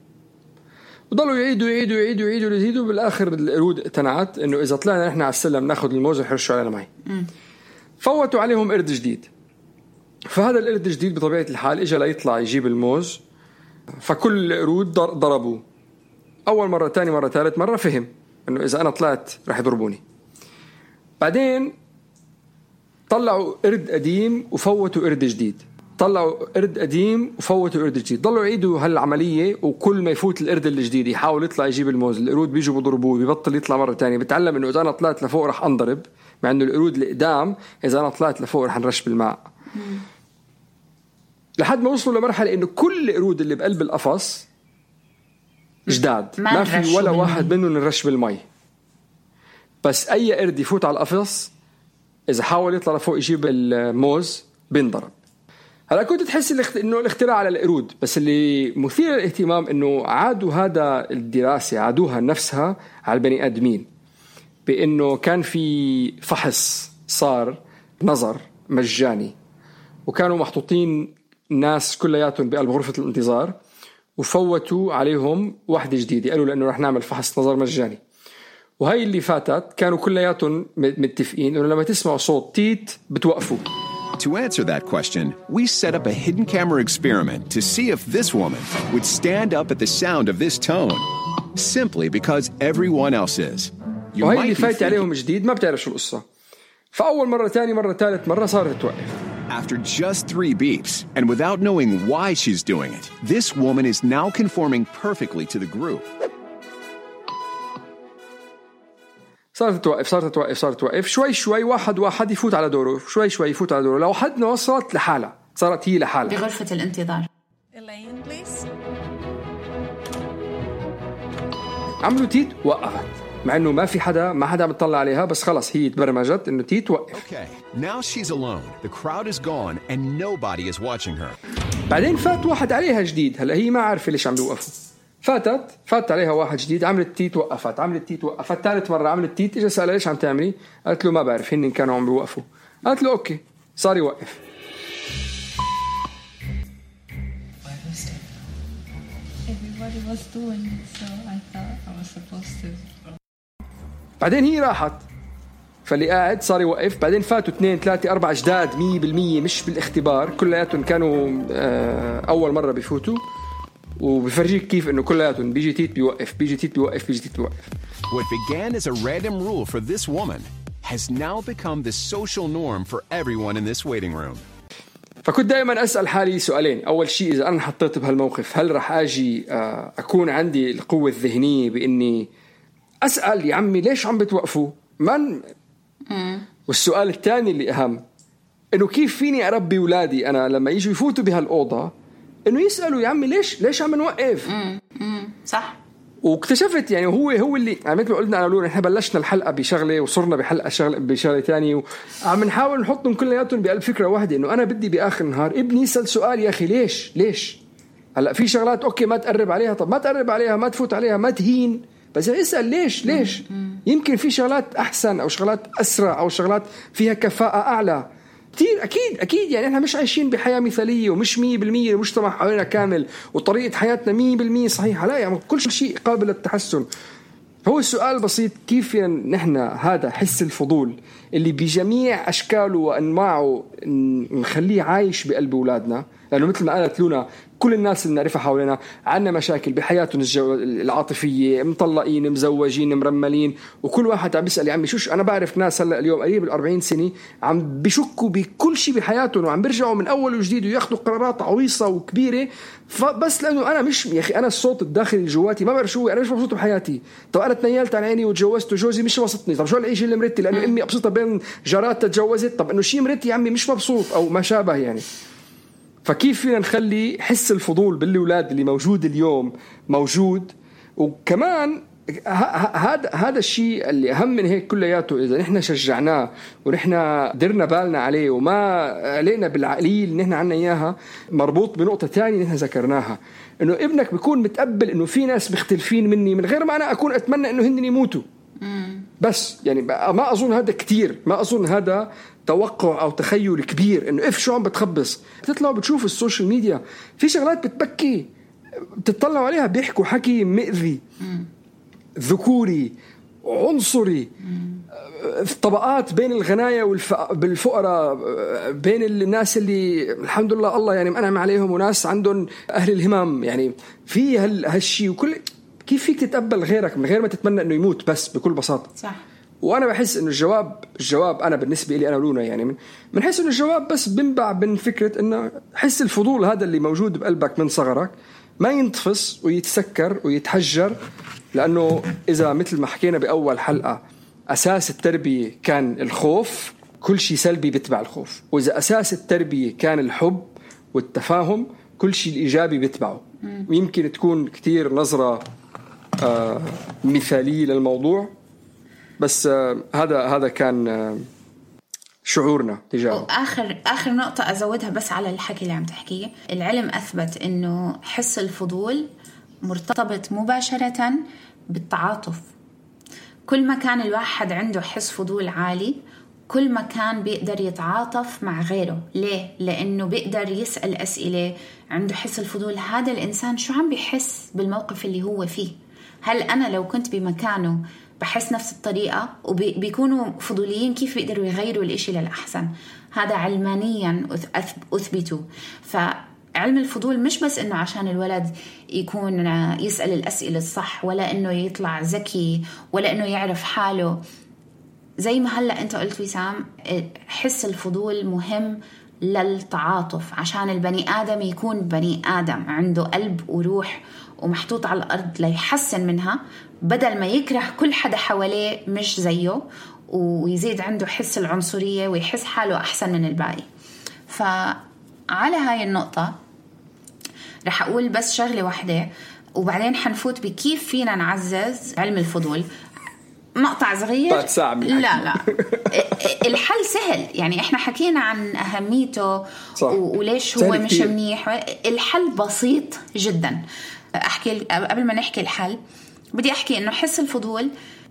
وضلوا يعيدوا يعيدوا يعيدوا يعيدوا يزيدوا. بالآخر القرود اقتنعت إنه إذا طلعنا نحن على السلم ناخد الموز ويحرشوا علينا مي. م. فوتوا عليهم قرد جديد، فهذا القرد الجديد بطبيعة الحال إجا ليطلع يجيب الموز، فكل القرود ضربوه. أول مرة، تاني مرة، ثالث مرة فهم إنه إذا أنا طلعت رح يضربوني. بعدين طلعوا قرد قديم وفوتوا قرد جديد، طلعوا قرد قديم وفوتوا قرد جديد، ضلوا يعيدوا هالعملية. وكل ما يفوت القرد الجديد يحاول يطلع يجيب الموز، القرود بيجوا بضربوه، بيبطل يطلع مرة تانية. بتعلم إنه إذا أنا طلعت لفوق رح أنضرب، مع إنه القرود القدام إذا أنا طلعت لفوق رح نرش بالماء. مم. لحد ما وصلوا لمرحلة إنه كل القرود اللي بقلب القفص جداد، ما, ما في ولا واحد منهم نرش بالمي. بس أي قرد يفوت على القفص إذا حاول يطلع لفوق يجيب الموز بينضرب. هلا كنت تحس إنه الاختراع على القرود، بس اللي مثير للاهتمام إنه عادوا هذا الدراسة عادوها نفسها على البني آدمين، بإنه كان في فحص صار نظر مجاني، وكانوا محطوطين ناس كلياتهم بقلب غرفة الانتظار، وفوتوا عليهم واحدة جديدة، قالوا لأنه رح نعمل فحص نظر مجاني. وهي اللي فاتت كانوا كلياتهم متفقين إنه لما تسمعوا صوت تيت بتوقفوا. To answer that question, we set up a hidden camera experiment to see if this woman would stand up at the sound of this tone, simply because everyone else is. وهي اللي فايت عليهم جديد ما بتعرف شو القصة. فأول مرة، تاني مرة، ثالث مرة صارت توقف. After just three beeps, and without knowing why she's doing it, this woman is now conforming perfectly to the group. صارت توقف صارت توقف صارت توقف شوي شوي، واحد واحد يفوت على دوره، شوي شوي يفوت على دوره، لو حد وصلت لحالها، صارت هي لحالها بغرفة الانتظار. Elaine, please. عملوا تيت وقفت، مع إنه ما في حدا ما حدا بتطلع عليها، بس خلص هي تبرمجت إنه تيت وقف. Okay, now she's alone. The crowd is gone and nobody is watching her. بعدين فات واحد عليها جديد، هلا هي ما عارفة ليش عم بيوقفوا. فاتت فات عليها واحد جديد، عملت تيت وقفت، عملت تيت وقفت، ثالث مرة عملت تيت. إجا سألها ليش عم تعملي؟ قالت له ما بعرف، هن كانوا عم بيوقفوا. قالت له أوكي، صار يوقف. Everybody was doing it, so I thought I was supposed to. بعدين هي راحت، فاللي قاعد صار يوقف. بعدين فاتوا اثنين ثلاثة أربعة جداد مية بالمية مش بالاختبار، كلياتهم كانوا أول مرة بيفوتوا، وبفرجيك كيف إنه كلياتهم بيجي تيت بيوقف، بيجي تيت بيوقف، بيجي تيت بيوقف. What began as a random rule for this woman has now become the social norm for everyone in this waiting room. فكنت دائما أسأل حالي سؤالين. أول شيء، إذا أنا حطيت بهالموقف هل رح أجي أكون عندي القوة الذهنية بإني أسأل يا عمي ليش عم بتوقفوا من؟ والسؤال الثاني اللي أهم، إنه كيف فيني أربي أولادي أنا لما يجوا يفوتوا بهالأوضة إنه يسألوا يا عمي ليش ليش عم نوقف؟ صح. واكتشفت يعني هو هو اللي مثل ما قلنا أنا ولون، إحنا بلشنا الحلقة بشغلة وصرنا بحلقة شغلة بشغلة تانية، وعم نحاول نحطهم كلياتهم بقلب فكرة واحدة، إنه أنا بدي بآخر النهار ابني يسأل سؤال يا أخي ليش ليش. هلا في شغلات أوكي ما تقرب عليها، طب ما تقرب عليها، ما تفوت عليها، ما تهين، بس اسأل ليش ليش. يمكن في شغلات أحسن أو شغلات أسرع أو شغلات فيها كفاءة أعلى كتير. أكيد أكيد يعني إحنا مش عايشين بحياة مثالية ومش مية بالمية المجتمع حوالينا كامل وطريقة حياتنا مية بالمية صحيحة، لا يعني كل شيء قابل للتحسن. هو السؤال بسيط، كيف يعني نحن هذا حس الفضول اللي بجميع أشكاله وأنواعه نخليه عايش بقلب أولادنا؟ لأنه مثل ما قالت لونا كل الناس اللي نعرفها حولنا عنا مشاكل بحياتهم العاطفية، مطلقين، مزوجين، مرملين، وكل واحد عم بيسأل يا عمي شوش. أنا بعرف ناس هلأ اليوم قريب الأربعين سنة عم بيشكوا بكل شيء بحياتهم وعم بيرجعوا من أول وجديد وياخدوا قرارات عويصة وكبيرة، فبس لأنه أنا مش يا أخي أنا الصوت الداخلي جواتي ما بعرف شو، أنا مش مبسوط بحياتي. طب أنا تنيلت عن عيني وتجوزت وجوزي مش وسطني، طب شو العيش اللي مرتي لأنه أمي أبسطة بين جارات تتجوزت، طب إنه شيء مرتي يا عمي مش مبسوط أو ما شابه يعني. فكيف فينا نخلي حس الفضول بالأولاد اللي موجود اليوم موجود، وكمان هذا هذا الشيء اللي أهم من هيك كلياته. إذا نحن شجعناه ونحن درنا بالنا عليه وما علينا بالعقليل نحن عنا إياها، مربوط بنقطة تانية نحن ذكرناها، إنه ابنك بيكون متقبل إنه في ناس مختلفين مني من غير ما أنا أكون أتمنى إنه هن يموتوا. بس يعني ما أظن هذا كتير، ما أظن هذا توقع أو تخيل كبير إنه إف شو عم بتخبص. بتطلعوا بتشوفوا السوشيال ميديا في شغلات بتبكي، بتطلعوا عليها بيحكوا حكي مئذي ذكوري عنصري، في طبقات بين الغنايا والفقراء، بين الناس اللي الحمد لله الله يعني منعم عليهم وناس عندهم أهل الهمم، يعني في هالشي. وكل كيف فيك تتقبل غيرك من غير ما تتمنى إنه يموت؟ بس بكل بساطة صح. وأنا بحس إنه الجواب الجواب أنا بالنسبة لي أنا ولونا يعني من من حس إنه الجواب بس بنبع من فكرة إنه حس الفضول هذا اللي موجود بقلبك من صغرك ما ينطفس ويتسكر ويتحجر. لأنه إذا مثل ما حكينا بأول حلقة أساس التربية كان الخوف، كل شيء سلبي بيتبع الخوف. وإذا أساس التربية كان الحب والتفاهم، كل شيء الإيجابي بيتبعه. ويمكن تكون كتير نظرة آه مثالية للموضوع، بس آه هذا هذا كان آه شعورنا تجاهه. آخر آخر نقطة أزودها بس على الحكي اللي عم تحكيه، العلم أثبت إنه حس الفضول مرتبط مباشرة بالتعاطف. كل ما كان الواحد عنده حس فضول عالي كل ما كان بيقدر يتعاطف مع غيره. ليه؟ لأنه بيقدر يسأل أسئلة. عنده حس الفضول، هذا الإنسان شو عم بيحس بالموقف اللي هو فيه؟ هل أنا لو كنت بمكانه بحس نفس الطريقة؟ وبيكونوا فضوليين كيف بيقدروا يغيروا الإشي للأحسن. هذا علمانيا أثبتوا. فعلم الفضول مش بس إنه عشان الولد يكون يسأل الأسئلة الصح، ولا إنه يطلع ذكي، ولا إنه يعرف حاله. زي ما هلأ أنت قلت وسام، حس الفضول مهم للتعاطف، عشان البني آدم يكون بني آدم عنده قلب وروح ومحطوط على الأرض ليحسن منها، بدل ما يكره كل حدا حواليه مش زيه ويزيد عنده حس العنصرية ويحس حاله أحسن من الباقي. فعلى هاي النقطة رح أقول بس شغلة واحدة وبعدين حنفوت بكيف فينا نعزز علم الفضول. مقطع صغير. لا لا الحل سهل، يعني احنا حكينا عن أهميته وليش هو مش كتير. منيح. الحل بسيط جدا. أحكي قبل ما نحكي الحل بدي أحكي إنه حس الفضول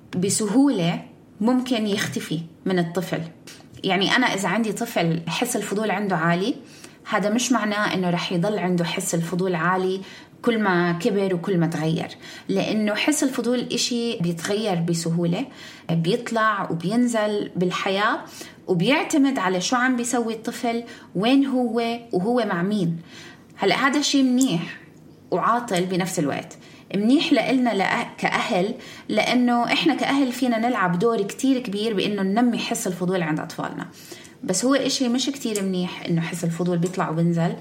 بسهولة ممكن يختفي من الطفل. يعني أنا إذا عندي طفل حس الفضول عنده عالي، هذا مش معناه إنه رح يضل عنده حس الفضول عالي كل ما كبر وكل ما تغير، لأنه حس الفضول إشي بيتغير بسهولة، بيطلع وبينزل بالحياة، وبيعتمد على شو عم بيسوي الطفل، وين هو وهو مع مين. هلأ هذا شيء منيح وعاطل بنفس الوقت. منيح لإلنا كأهل، لأنه إحنا كأهل فينا نلعب دور كتير كبير بإنه ننمي حس الفضول عند أطفالنا. بس هو إشي مش كتير منيح إنه حس الفضول بيطلع وبنزل،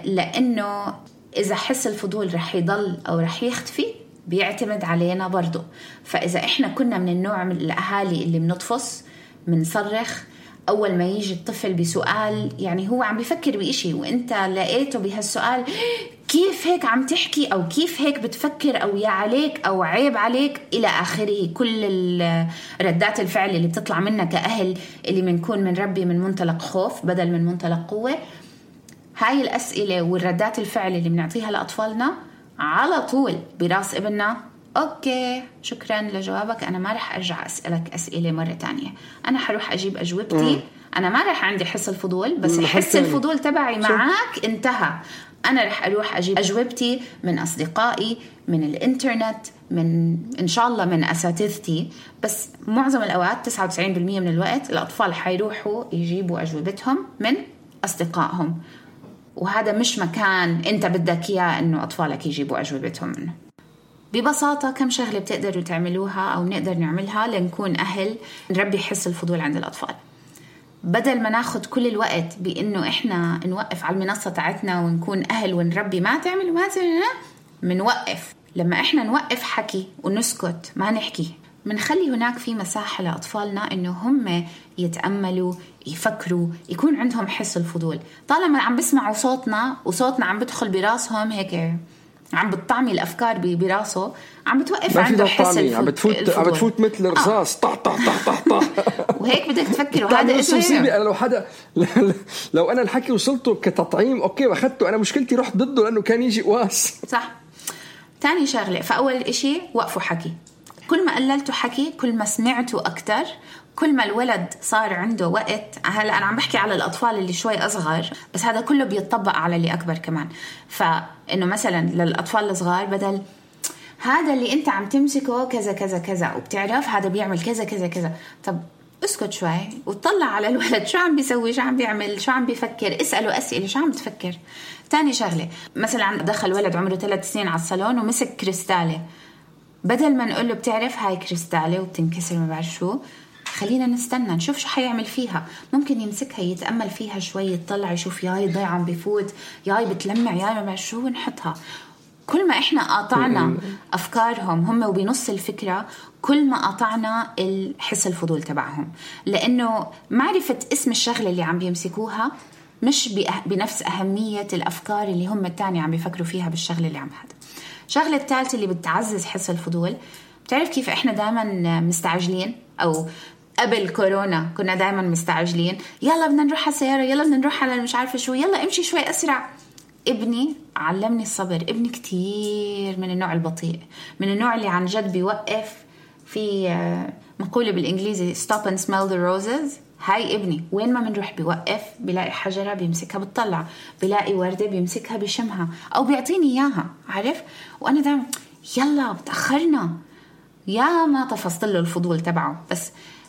لأنه إذا حس الفضول رح يضل أو رح يختفي بيعتمد علينا برضو. فإذا إحنا كنا من النوع من الأهالي اللي بنطفص منصرخ أول ما يجي الطفل بسؤال، يعني هو عم بيفكر بإشي وإنت لقيته بهالسؤال كيف هيك عم تحكي، أو كيف هيك بتفكر، أو يا عليك، أو عيب عليك، إلى آخره. كل ردات الفعل اللي بتطلع منا كأهل اللي منكون من ربي من منطلق خوف بدل من منطلق قوة، هاي الأسئلة والردات الفعل اللي بنعطيها لأطفالنا على طول براس ابننا أوكي شكرا لجوابك، أنا ما رح أرجع أسألك أسئلة مرة تانية، أنا حروح أجيب أجوبتي. أنا ما رح عندي حس الفضول، بس حس الفضول تبعي معك انتهى. أنا رح أروح أجيب أجوبتي من أصدقائي، من الإنترنت، من إن شاء الله من أساتذتي. بس معظم الأوقات تسعة وتسعين بالمية من الوقت الأطفال حيروحوا يجيبوا أجوبتهم من أصدقائهم، وهذا مش مكان أنت بدك إياه إنه أطفالك يجيبوا أجوبتهم منه. ببساطة كم شغلة بتقدروا تعملوها أو نقدر نعملها لنكون أهل نربي حس الفضول عند الأطفال، بدل ما ناخد كل الوقت بإنه إحنا نوقف على المنصة تاعتنا ونكون أهل ونربي ما تعمل وما تعمل. منوقف لما إحنا نوقف حكي ونسكت ما نحكي، منخلي هناك في مساحة لأطفالنا إنه هم يتأملوا يفكروا يكون عندهم حس الفضول. طالما عم بسمعوا صوتنا وصوتنا عم بدخل براسهم هيك عم بتطعمي الأفكار براسه، عم بتوقف عنده حس الفضول. عم بتفوت عم بتفوت مثل الرصاص طح طح طح طح طح وهيك بدك تفكر. وهذا مصيبة. أنا لو حدا لو أنا الحكي وصلته كتطعيم أوكي وأخذته، أنا مشكلتي رحت ضده لأنه كان يجي قواس. صح. تاني شغلة، فأول إشي وقفوا حكي. كل ما قللتوا حكي كل ما سمعتوا أكتر، كل ما الولد صار عنده وقت. هلا أنا عم بحكي على الأطفال اللي شوي أصغر، بس هذا كله بيتطبق على اللي أكبر كمان. فإنه مثلا للأطفال الصغار بدل هذا اللي أنت عم تمسكه كذا كذا كذا وبتعرف هذا بيعمل كذا كذا كذا، طب اسكت شوي وتطلع على الولد شو عم بيسوي، شو عم بيعمل، شو عم بيفكر، اسأله أسئلة شو عم بتفكر. تاني شغلة، مثلا عم دخل ولد عمره ثلاث سنين على الصالون ومسك كريستالة، بدل ما نقول له بتعرف هاي كريستالة وبتنكسر ما بعرف شو، خلينا نستنى نشوف شو حيعمل فيها. ممكن يمسكها يتأمل فيها شوي، يطلع يشوف ياي ضيع عم بفوت، ياي بتلمع، ياي ما بعرف شو، ونحطها. كل ما إحنا قاطعنا أفكارهم هم وبنص الفكرة، كل ما قاطعنا الحس الفضول تبعهم، لأنه معرفة اسم الشغلة اللي عم بيمسكوها مش بنفس أهمية الأفكار اللي هم التاني عم بيفكروا فيها بالشغلة اللي عم هذا. شغلة الثالثة اللي بتعزز حس الفضول، بتعرف كيف إحنا دائما مستعجلين، أو قبل كورونا كنا دائما مستعجلين، يلا بدنا نروح على السيارة، يلا بدنا نروح على مش عارفة شو، يلا امشي شوي أسرع. ابني علمني الصبر. ابني كتير من النوع البطيء، من النوع اللي عن جد بيوقف. في مقولة بالإنجليزي stop and smell the roses. هاي ابني وين ما منروح بيوقف، بيلاقي حجرة بيمسكها بتطلع، بيلاقي وردة بيمسكها بيشمها أو بيعطيني إياها، عارف. وأنا دائما يلا بتأخرنا، يا ما تفصل له الفضول تبعه. بس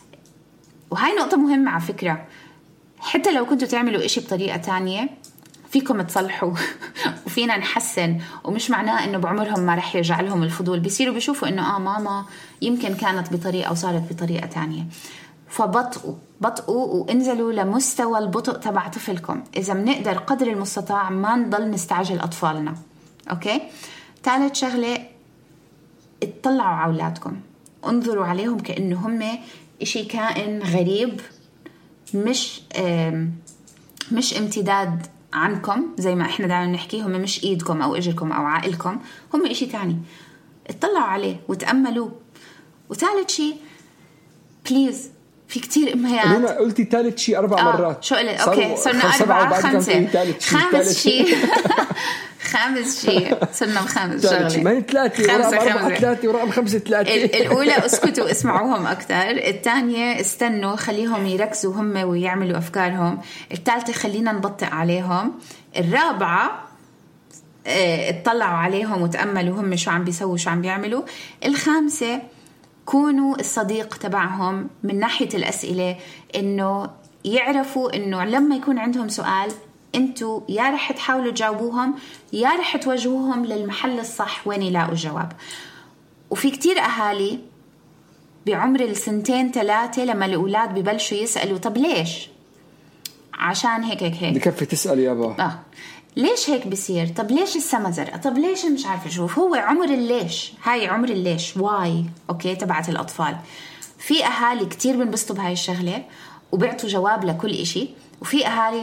وهاي نقطة مهمة على فكرة، حتى لو كنتوا تعملوا إشي بطريقة تانية فيكم تصلحوا وفينا نحسن، ومش معناه إنه بعمرهم ما رح يرجع لهم الفضول، بيصيروا بيشوفوا إنه آه ماما يمكن كانت بطريقة وصارت بطريقة تانية. فبطئوا بطئوا وانزلوا لمستوى البطء تبع طفلكم. إذا منقدر قدر المستطاع ما نضل نستعجل أطفالنا. أوكي. ثالث شغلة، اطلعوا على أولادكم، انظروا عليهم كأنه هم إشي كائن غريب، مش مش امتداد عنكم زي ما احنا دائما نحكي. هم مش ايدكم او اجركم او عائلكم، هم اشي تاني. اطلعوا عليه وتأملوا. وثالث شيء بليز، في كتير امهات انا قلتي ثالث شيء اربع آه. مرات. شو قلت؟ اوكي صرنا اربعة خمسة خامس شيء خامس شيء صرنا بخامس شغله. ما هي ثلاثه ورقم ثلاثه ورقم خمسه ثلاثه. الاولى اسكتوا اسمعوهم اكثر، الثانيه استنوا خليهم يركزوا هم ويعملوا افكارهم، الثالثه خلينا نبطئ عليهم، الرابعه اه اطلعوا عليهم وتأملوا هم شو عم بيسووا شو عم بيعملوا، الخامسه كونوا الصديق تبعهم من ناحيه الاسئله، انه يعرفوا انه لما يكون عندهم سؤال انتوا يا رح تحاولوا تجاوبوهم يا رح توجهوهم للمحل الصح وين يلاقوا الجواب. وفي كتير أهالي بعمر السنتين ثلاثة لما الأولاد ببلشوا يسألوا طب ليش، عشان هيك هيك هيك بكفي تسأل يابا آه. ليش هيك بيصير، طب ليش السما زرقاء، طب ليش مش عارفة شوف. هو عمر الليش، هاي عمر الليش واي أوكي تبعت الأطفال. في أهالي كتير بنبسطوا بهاي الشغلة وبيعطوا جواب لكل إشي، وفي أهالي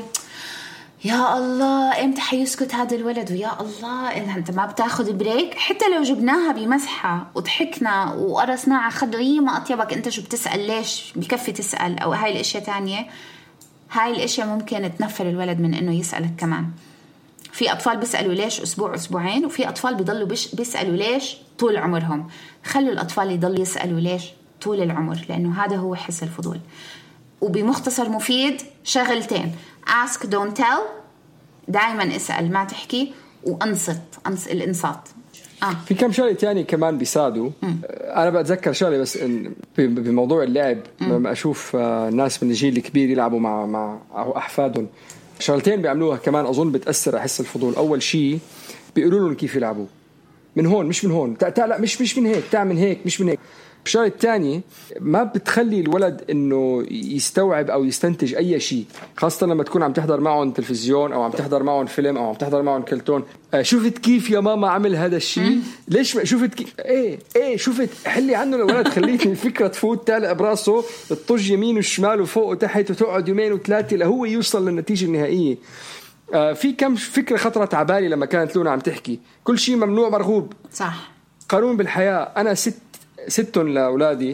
يا الله امتى حيسكت هذا الولد، ويا الله انت ما بتاخد بريك. حتى لو جبناها بمسحة وضحكنا وقرصنا على خده ما أطيبك انت شو بتسأل، ليش بكفي تسأل، او هاي الاشياء تانية، هاي الاشياء ممكن تنفر الولد من انه يسألك كمان. في اطفال بيسألوا ليش اسبوع اسبوعين، وفي اطفال بيضلوا بيسألوا ليش طول عمرهم. خلوا الاطفال يضلوا يسألوا ليش طول العمر، لانه هذا هو حس الفضول. وبمختصر مفيد شغلتين، ask don't tell، دائما اسأل ما تحكي، وانصت أنص... الانصات. آه. في كم شغله تاني كمان بيساعدوا. انا بتذكر شغله بس إن بموضوع اللعب لما اشوف ناس من الجيل الكبير يلعبوا مع مع احفادهم، شغلتين بيعملوها كمان اظن بتاثر على حس الفضول. اول شيء بيقولوا لهم كيف يلعبوا، من هون مش من هون، تعال لا مش مش من هيك، تعال من هيك مش من هيك. الشغله الثانيه ما بتخلي الولد انه يستوعب او يستنتج اي شيء، خاصه لما تكون عم تحضر معهم تلفزيون او عم تحضر معهم فيلم او عم تحضر معهم كرتون. آه شفت كيف يا ماما عمل هذا الشيء، ليش شفت كيف ايه ايه شفت، حلي عنه الولد، خليت الفكره تفوت تالق براسه، تطج يمين وشمال وفوق وتحت وتقعد يومين وثلاثه لهو يوصل للنتيجه النهائيه. آه في كم فكرة خطرت على بالي لما كانت لونا عم تحكي كل شيء ممنوع مرغوب. صح. قانون بالحياة. أنا ست ست لأولادي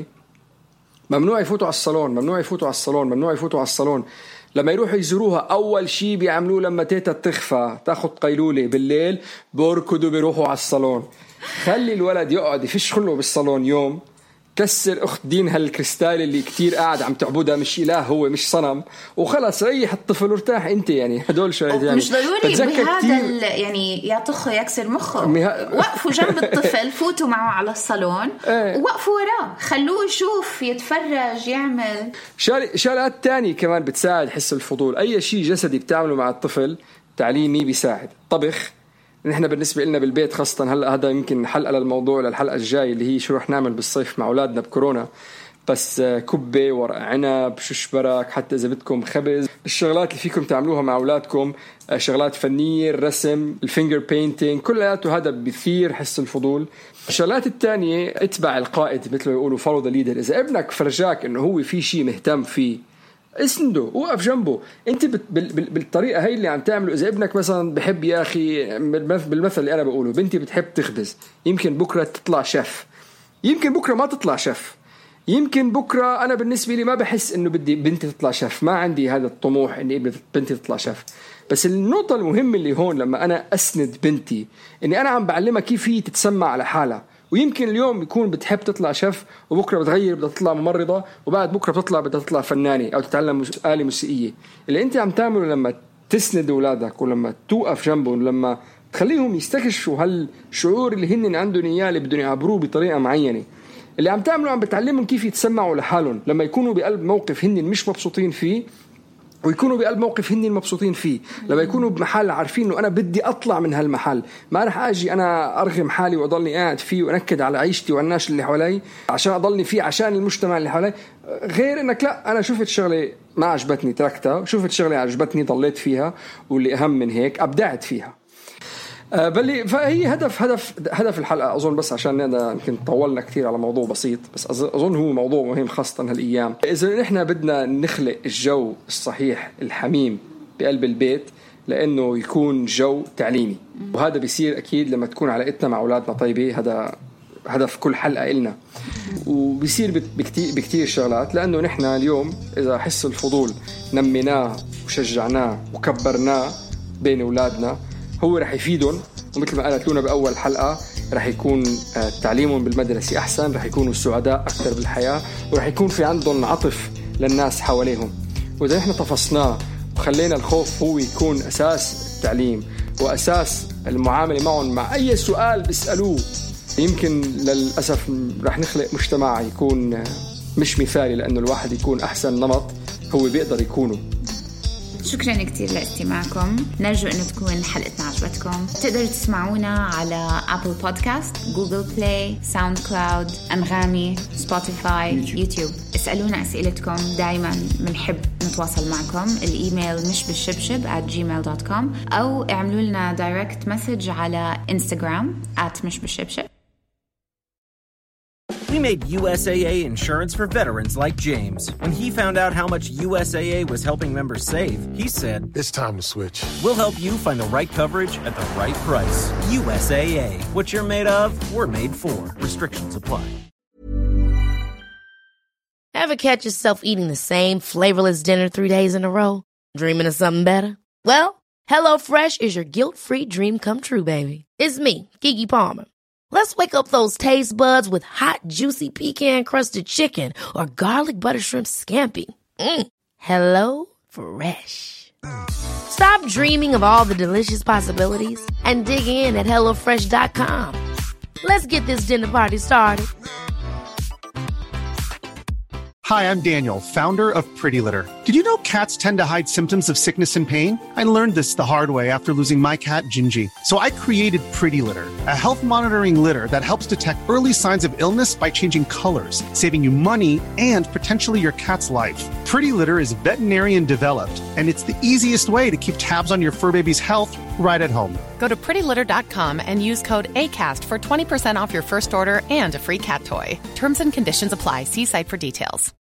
ممنوع يفوتوا على الصالون، ممنوع يفوتوا على الصالون، ممنوع يفوتوا على الصالون. لما يروحوا يزوروها أول شيء بيعملوه لما تيتا تخفى تاخد قيلولة بالليل بوركدوا بيروحوا على الصالون. خلي الولد يقعد يفش خلقه بالصالون يوم، كسر أخت دين هالكريستال اللي كتير قاعد عم تعبدها، مش إله هو مش صنم، وخلص ريح الطفل وارتاح أنت. يعني هدول شوية يعني مش ضروري بهذا يعني يطخه يكسر مخه. مه... وقفوا جنب الطفل، فوتوا معه على الصالون ايه. ووقفوا وراه، خلوه يشوف يتفرج يعمل شغلات تانية كمان بتساعد حس الفضول. أي شيء جسدي بتعمله مع الطفل تعليمي بيساعد. طبخ نحن بالنسبة لنا بالبيت خاصة هلأ، هذا يمكن حلقة للموضوع للحلقة الجاي اللي هي شو رح نعمل بالصيف مع أولادنا بكورونا. بس كبة، ورق عنب، ششبرك، حتى إذا بدكم خبز. الشغلات اللي فيكم تعملوها مع أولادكم شغلات فنية، الرسم، الفينجر بينتينج، كلياته هذا بيثير حس الفضول. الشغلات الثانية اتبع القائد، مثل ما يقولوا follow the leader. إذا ابنك فرجاك إنه هو في شيء مهتم فيه اسنده، وقف جنبه. انت بالطريقه هاي اللي عم تعمله. اذا ابنك مثلا بحب يا اخي بالمثل اللي انا بقوله، بنتي بتحب تخبز، يمكن بكره تطلع شيف، يمكن بكره ما تطلع شيف، يمكن بكره انا بالنسبه لي ما بحس انه بدي بنتي تطلع شيف، ما عندي هذا الطموح اني ابني بنتي تطلع شيف. بس النقطه المهمه اللي هون لما انا اسند بنتي اني انا عم بعلمها كيف هي تتسمع على حالها. ويمكن اليوم يكون بتحب تطلع شيف، وبكرة بتغير بدها تطلع ممرضة، وبعد بكرة بتطلع بدها تطلع فنانة أو تتعلم آلة موسيقية. اللي أنت عم تعمله لما تسند أولادك ولما توقف جنبهم ولما تخليهم يستكشفوا هالشعور اللي هن عندهم إياه اللي بدهم يعبروه بطريقة معينة، اللي عم تعمله عم بتعلمهم كيف يتسمعوا لحالهم لما يكونوا بقلب موقف هن مش مبسوطين فيه، ويكونوا بقلب موقف هن المبسوطين فيه. لما يكونوا بمحل عارفين انه انا بدي اطلع من هالمحل، ما رح اجي انا ارغم حالي واضلني قاعد فيه وانكد على عيشتي والناس اللي حوالي عشان اضلني فيه عشان المجتمع اللي حوالي. غير انك لا، انا شفت شغله ما عجبتني تركتها، شفت شغله عجبتني ضليت فيها، واللي اهم من هيك ابدعت فيها. أه بل فهي هدف هدف هدف الحلقه اظن، بس عشان هذا يمكن طولنا كثير على موضوع بسيط، بس اظن هو موضوع مهم خاصه هالايام. اذا نحن بدنا نخلق الجو الصحيح الحميم بقلب البيت لانه يكون جو تعليمي، وهذا بيصير اكيد لما تكون علاقتنا مع اولادنا طيبه. هذا هدف كل حلقه إلنا، وبيصير بكتير بكتير شغلات. لانه نحن اليوم اذا حس الفضول نميناه وشجعناه وكبرناه بين اولادنا، هو رح يفيدهم. ومثل ما قالت لونا بأول حلقة، رح يكون تعليمهم بالمدرسة أحسن، رح يكونوا سعداء أكثر بالحياة، ورح يكون في عندهم عطف للناس حواليهم. وإذا إحنا تفصناه وخلينا الخوف هو يكون أساس التعليم وأساس المعاملة معهم، مع أي سؤال بيسألوه، يمكن للأسف رح نخلق مجتمع يكون مش مثالي، لأنه الواحد يكون أحسن نمط هو بيقدر يكونه. شكرا كتير لاستماعكم، نرجو أنه تكون حلقتنا عجبتكم. تقدروا تسمعونا على أبل بودكاست، جوجل بلاي، ساوند كلاود، أنغامي، سبوتيفاي، يوتيوب. يوتيوب. اسألونا أسئلتكم، دايما بنحب نتواصل معكم. الإيميل مش بالشبشب at gmail dot com، أو اعملوا لنا دايركت مسج على إنستغرام at مش بالشبشب. We made U S A A insurance for veterans like James. When he found out how much U S A A was helping members save, he said, "It's time to switch. We'll help you find the right coverage at the right price. U S A A. What you're made of, we're made for. Restrictions apply." Ever catch yourself eating the same flavorless dinner three days in a row? Dreaming of something better? Well, HelloFresh is your guilt-free dream come true, baby. It's me, Keke Palmer. Let's wake up those taste buds with hot, juicy pecan-crusted chicken or garlic butter shrimp scampi. Mm. Hello Fresh. Stop dreaming of all the delicious possibilities and dig in at hello fresh dot com. Let's get this dinner party started. Hi, I'm Daniel, founder of Pretty Litter. Did you know cats tend to hide symptoms of sickness and pain? I learned this the hard way after losing my cat, Gingy. So I created Pretty Litter, a health monitoring litter that helps detect early signs of illness by changing colors, saving you money and potentially your cat's life. Pretty Litter is veterinarian developed, and it's the easiest way to keep tabs on your fur baby's health right at home. Go to pretty litter dot com and use code ACAST for twenty percent off your first order and a free cat toy. Terms and conditions apply. See site for details.